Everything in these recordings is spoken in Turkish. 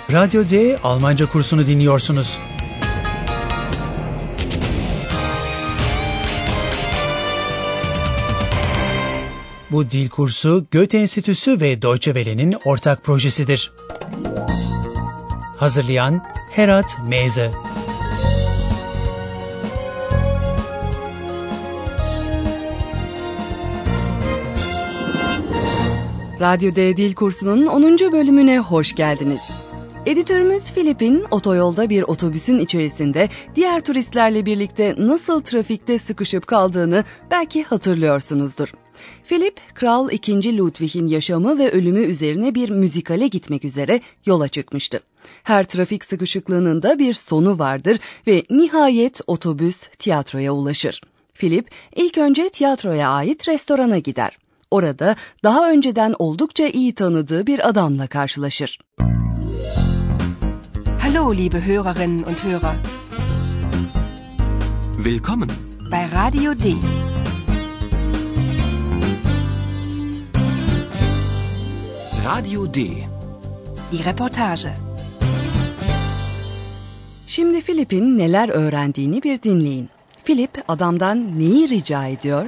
Radyo D Almanca kursunu dinliyorsunuz. Bu dil kursu Goethe Enstitüsü ve Deutsche Welle'nin ortak projesidir. Hazırlayan Herat Meze. Radyo D Dil Kursu'nun 10. bölümüne hoş geldiniz. Editörümüz Philip'in otoyolda bir otobüsün içerisinde diğer turistlerle birlikte nasıl trafikte sıkışıp kaldığını belki hatırlıyorsunuzdur. Philip, Kral II. Ludwig'in yaşamı ve ölümü üzerine bir müzikale gitmek üzere yola çıkmıştı. Her trafik sıkışıklığının da bir sonu vardır ve nihayet otobüs tiyatroya ulaşır. Philip, ilk önce tiyatroya ait restorana gider. Orada daha önceden oldukça iyi tanıdığı bir adamla karşılaşır. Hallo, liebe Hörerinnen und Hörer. Willkommen bei Radio D. Radio D. Die Reportage. Şimdi Philip'in neler öğrendiğini bir dinleyin. Philip adamdan neyi rica ediyor?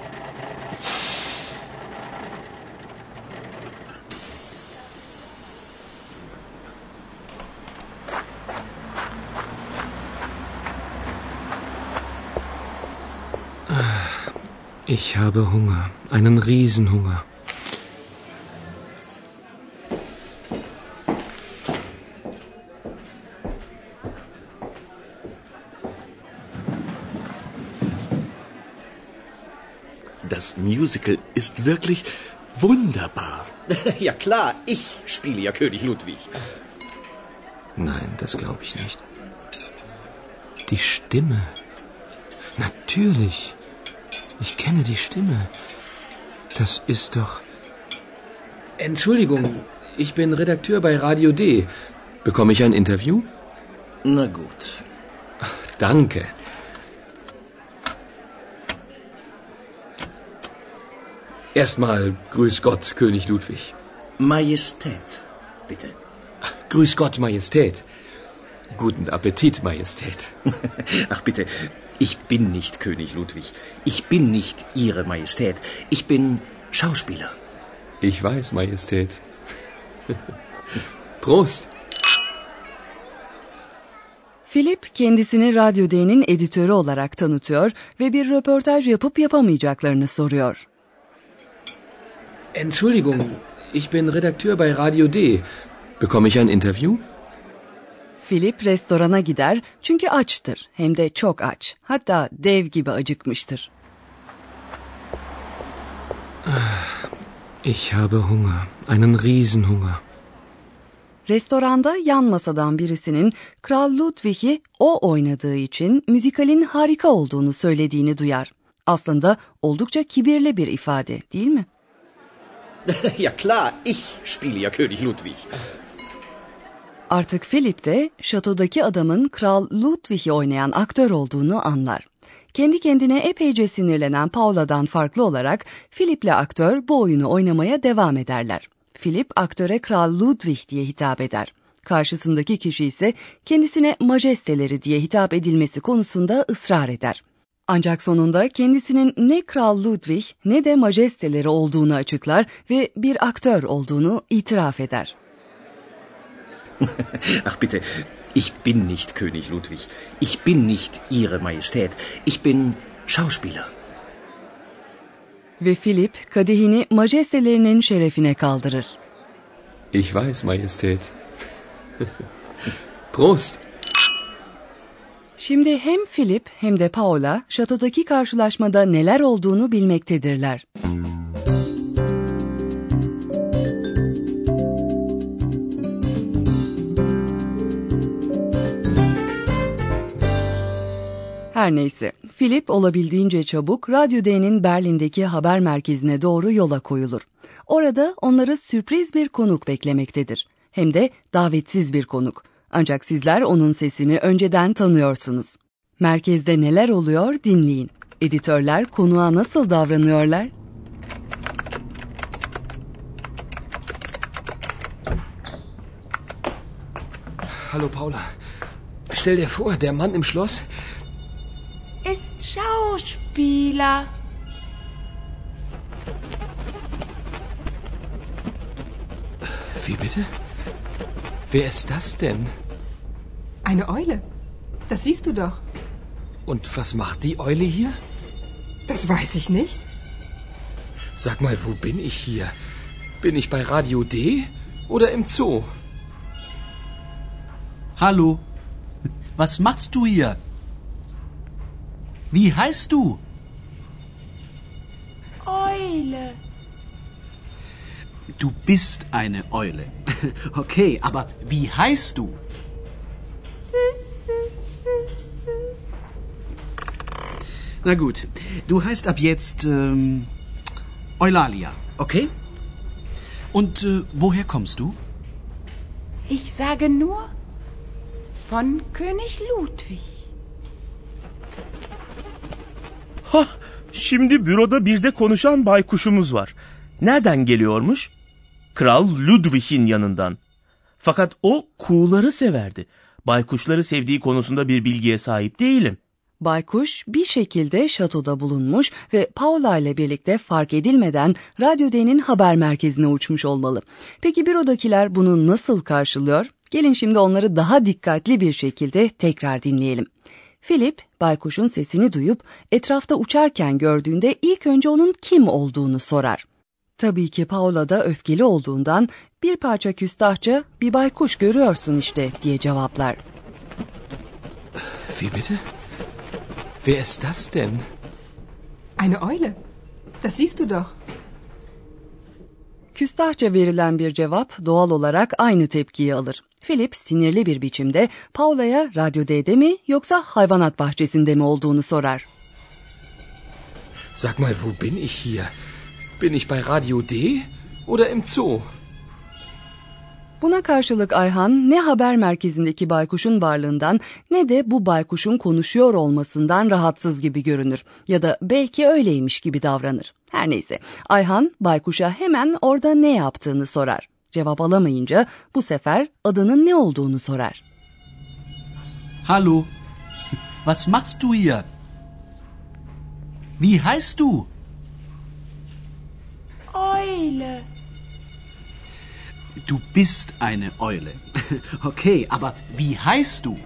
Ich habe Hunger, einen Riesenhunger. Das Musical ist wirklich wunderbar. Ja klar, ich spiele ja König Ludwig. Nein, das glaube ich nicht. Die Stimme. Natürlich. Ich kenne die Stimme. Das ist doch... Entschuldigung, ich bin Redakteur bei Radio D. Bekomme ich ein Interview? Na gut. Danke. Erstmal Grüß Gott, König Ludwig. Majestät, bitte. Grüß Gott, Majestät. Guten Appetit, Majestät. Ach bitte, ich bin nicht König Ludwig. Ich bin nicht Ihre Majestät. Ich bin Schauspieler. Ich weiß, Majestät. Prost. Philip kendisini Radyo D'nin editörü olarak tanıtıyor ve bir röportaj yapıp yapamayacaklarını soruyor. Entschuldigung, ich bin Redakteur bei Radio D. Bekomme ich ein Interview? Philip restorana gider çünkü açtır, hem de çok aç. Hatta dev gibi acıkmıştır. Ich habe Hunger, einen Riesenhunger. Restoranda yan masadan birisinin Kral Ludwig'i o oynadığı için müzikalin harika olduğunu söylediğini duyar. Aslında oldukça kibirli bir ifade, değil mi? Ja klar, ich spiele ja König Ludwig. Artık Philip de şatodaki adamın Kral Ludwig'i oynayan aktör olduğunu anlar. Kendi kendine epeyce sinirlenen Paula'dan farklı olarak Philip'le aktör bu oyunu oynamaya devam ederler. Philip aktöre Kral Ludwig diye hitap eder. Karşısındaki kişi ise kendisine majesteleri diye hitap edilmesi konusunda ısrar eder. Ancak sonunda kendisinin ne Kral Ludwig ne de majesteleri olduğunu açıklar ve bir aktör olduğunu itiraf eder. Ach bitte, ich bin nicht König Ludwig. Ich bin nicht Ihre Majestät. Ich bin Schauspieler. Ve Philip kadehini majestelerinin şerefine kaldırır. Ich weiß, Majestät. Prost. Şimdi hem Philip hem de Paula şatodaki karşılaşmada neler olduğunu bilmektedirler. Her neyse, Philip olabildiğince çabuk Radyo D'nin Berlin'deki haber merkezine doğru yola koyulur. Orada onları sürpriz bir konuk beklemektedir. Hem de davetsiz bir konuk. Ancak sizler onun sesini önceden tanıyorsunuz. Merkezde neler oluyor dinleyin. Editörler konuğa nasıl davranıyorlar? Hallo Paula. Stell dir vor, der Mann im Schloss ist Schauspieler. Wie bitte? Wer ist das denn? Eine Eule. Das siehst du doch. Und was macht die Eule hier? Das weiß ich nicht. Sag mal, wo bin ich hier? Bin ich bei Radio D oder im Zoo? Hallo, was machst du hier? Wie heißt du? Eule. Du bist eine Eule. Okay, aber wie heißt du? Na gut, du heißt ab jetzt Eulalia, okay? Und woher kommst du? Ich sage nur von König Ludwig. Hah, şimdi büroda bir de konuşan baykuşumuz var. Nereden geliyormuş? Kral Ludwig'in yanından. Fakat o kuğuları severdi. Baykuşları sevdiği konusunda bir bilgiye sahip değilim. Baykuş bir şekilde şatoda bulunmuş ve Paula ile birlikte fark edilmeden Radyo D'nin haber merkezine uçmuş olmalı. Peki bürodakiler bunu nasıl karşılıyor? Gelin şimdi onları daha dikkatli bir şekilde tekrar dinleyelim. Philip, baykuşun sesini duyup etrafta uçarken gördüğünde ilk önce onun kim olduğunu sorar. Tabii ki Paula da öfkeli olduğundan bir parça küstahça bir baykuş görüyorsun işte diye cevaplar. Wie bitte? Wer ist das denn? Eine Eule. Das siehst du doch. Küstahça verilen bir cevap doğal olarak aynı tepkiyi alır. Philip sinirli bir biçimde Paula'ya Radyo D'de mi yoksa hayvanat bahçesinde mi olduğunu sorar. Sag mal, wo bin ich hier? Bin ich bei Radio D oder im Zoo? Buna karşılık Ayhan ne haber merkezindeki baykuşun varlığından ne de bu baykuşun konuşuyor olmasından rahatsız gibi görünür ya da belki öyleymiş gibi davranır. Her neyse, Ayhan baykuşa hemen orada ne yaptığını sorar. Cevap alamayınca bu sefer adının ne olduğunu sorar. Hallo, was machst du hier? Wie heißt du? Eule. Du bist eine Eule. Okay, aber wie heißt du?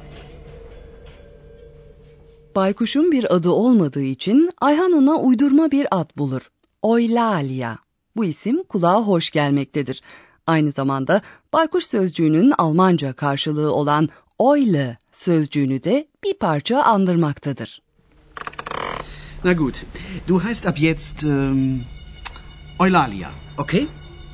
Baykuşun bir adı olmadığı için Ayhan ona uydurma bir ad bulur. Eulalia. Bu isim kulağa hoş gelmektedir. Aynı zamanda baykuş sözcüğünün Almanca karşılığı olan Eule sözcüğünü de bir parça andırmaktadır. Na gut, du heißt ab jetzt Eulalia, okay?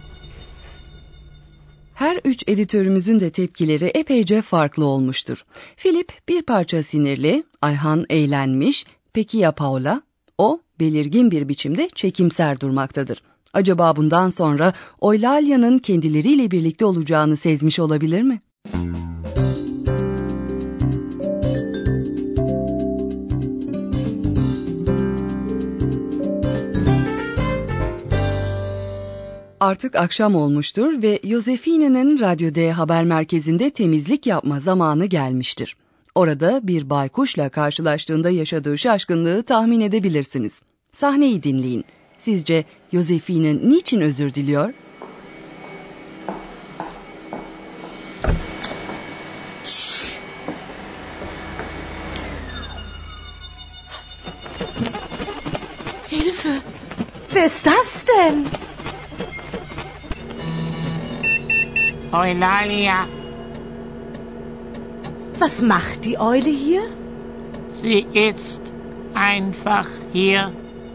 Her üç editörümüzün de tepkileri epeyce farklı olmuştur. Philip bir parça sinirli, Ayhan eğlenmiş, peki ya Paula? O belirgin bir biçimde çekimser durmaktadır. Acaba bundan sonra Eulalia'nın kendileriyle birlikte olacağını sezmiş olabilir mi? Artık akşam olmuştur ve Josefine'nin Radyo D haber merkezinde temizlik yapma zamanı gelmiştir. Orada bir baykuşla karşılaştığında yaşadığı şaşkınlığı tahmin edebilirsiniz. Sahneyi dinleyin. Sizce Josefine niçin özür diliyor? Hilfe! Wer ist das denn? Eulalia. Was macht die Eule hier? Sie ist einfach hier.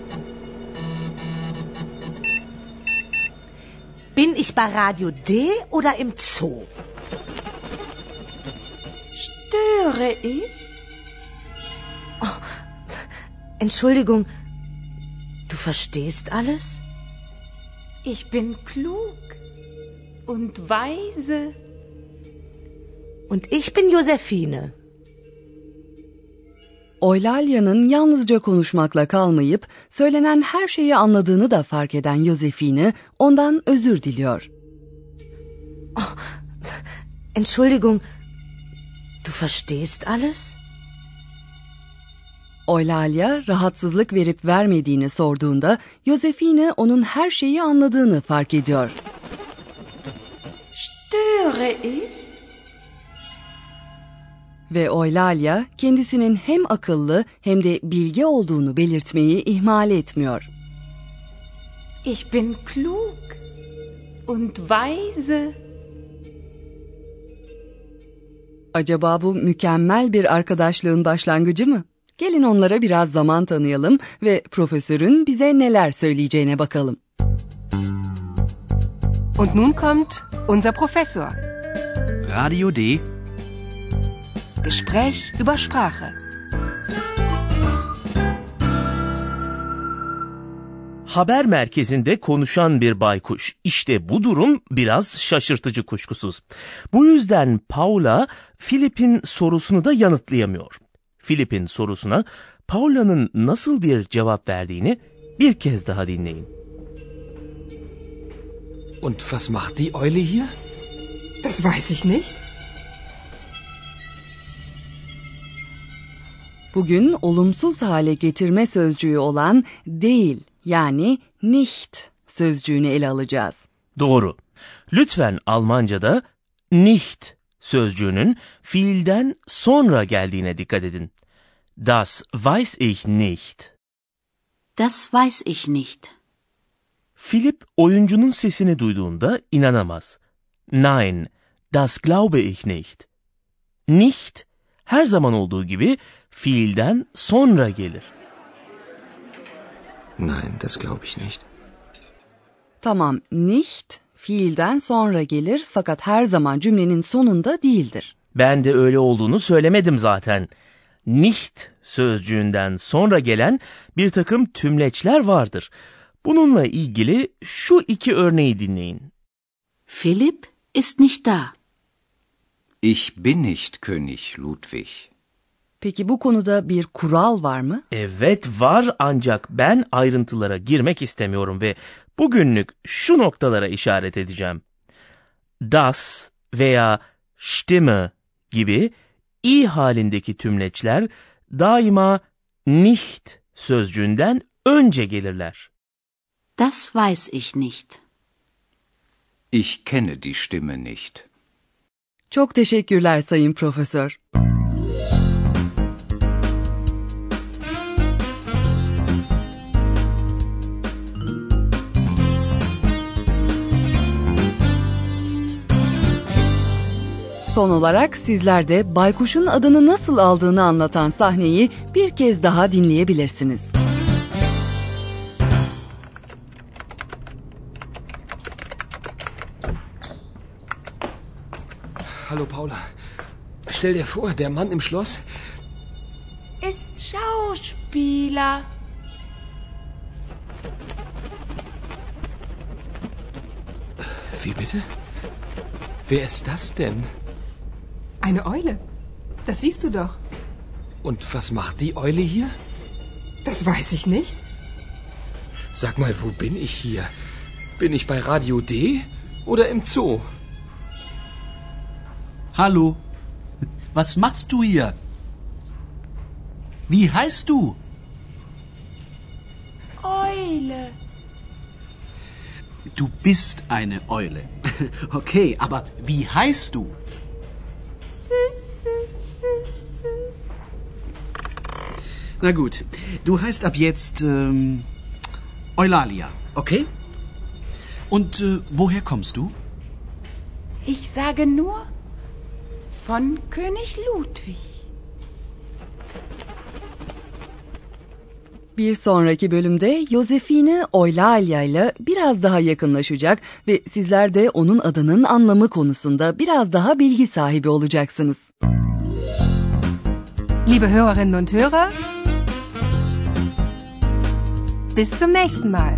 Bin ich bei Radio D oder im Zoo? Störe ich? Oh, Entschuldigung, du verstehst alles? Ich bin klug und weise. Und ich bin Josephine. Eulalia'nın yalnızca konuşmakla kalmayıp söylenen her şeyi anladığını da fark eden Josephine ondan özür diliyor. Oh, Entschuldigung, verstehst alles? Eulalia rahatsızlık verip vermediğini sorduğunda Josefine onun her şeyi anladığını fark ediyor. Störe ich? Ve Eulalia kendisinin hem akıllı hem de bilge olduğunu belirtmeyi ihmal etmiyor. Ich bin klug und weise. Acaba bu mükemmel bir arkadaşlığın başlangıcı mı? Gelin onlara biraz zaman tanıyalım ve profesörün bize neler söyleyeceğine bakalım. Und nun kommt unser Professor. Radio D. Gespräch über Sprache. Haber merkezinde konuşan bir baykuş. İşte bu durum biraz şaşırtıcı kuşkusuz. Bu yüzden Paula, Philip'in sorusunu da yanıtlayamıyor. Philip'in sorusuna Paula'nın nasıl bir cevap verdiğini bir kez daha dinleyin. Und was macht die Eule hier? Das weiß ich nicht. Bugün olumsuz hale getirme sözcüğü olan değil yani nicht sözcüğünü ele alacağız. Doğru. Lütfen Almanca'da nicht sözcüğünün fiilden sonra geldiğine dikkat edin. Das weiß ich nicht. Das weiß ich nicht. Philip oyuncunun sesini duyduğunda inanamaz. Nein, das glaube ich nicht. Nicht her zaman olduğu gibi fiilden sonra gelir. Nein, das glaube ich nicht. Tamam, nicht fiilden sonra gelir fakat her zaman cümlenin sonunda değildir. Ben de öyle olduğunu söylemedim zaten. Nicht sözcüğünden sonra gelen bir takım tümleçler vardır. Bununla ilgili şu iki örneği dinleyin. Philipp ist nicht da. Ich bin nicht König Ludwig. Peki bu konuda bir kural var mı? Evet var ancak ben ayrıntılara girmek istemiyorum ve bugünlük şu noktalara işaret edeceğim. Das veya Stimme gibi i halindeki tümleçler daima nicht sözcüğünden önce gelirler. Das weiß ich nicht. Ich kenne die Stimme nicht. Çok teşekkürler Sayın Profesör. Son olarak sizler de baykuşun adını nasıl aldığını anlatan sahneyi bir kez daha dinleyebilirsiniz. Hallo Paula. Stell dir vor, der Mann im Schloss Ist Schauspieler. Wie bitte? Wer ist das denn? Eine Eule. Das siehst du doch. Und was macht die Eule hier? Das weiß ich nicht. Sag mal, wo bin ich hier? Bin ich bei Radio D oder im Zoo? Hallo, was machst du hier? Wie heißt du? Eule. Du bist eine Eule. Okay, aber wie heißt du? Na gut, du heißt ab jetzt Eulalia, okay? Und woher kommst du? Ich sage nur von König Ludwig. Bir sonraki bölümde Josefine Eulalia ile biraz daha yakınlaşacak ve sizler de onun adının anlamı konusunda biraz daha bilgi sahibi olacaksınız. Liebe Hörerinnen und Hörer, bis zum nächsten Mal.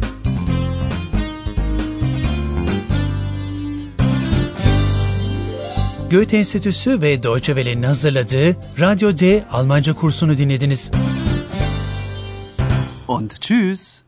Goethe Enstitüsü ve Deutsche Welle'nin hazırladığı Radyo D Almanca kursunu dinlediniz. Und tschüss.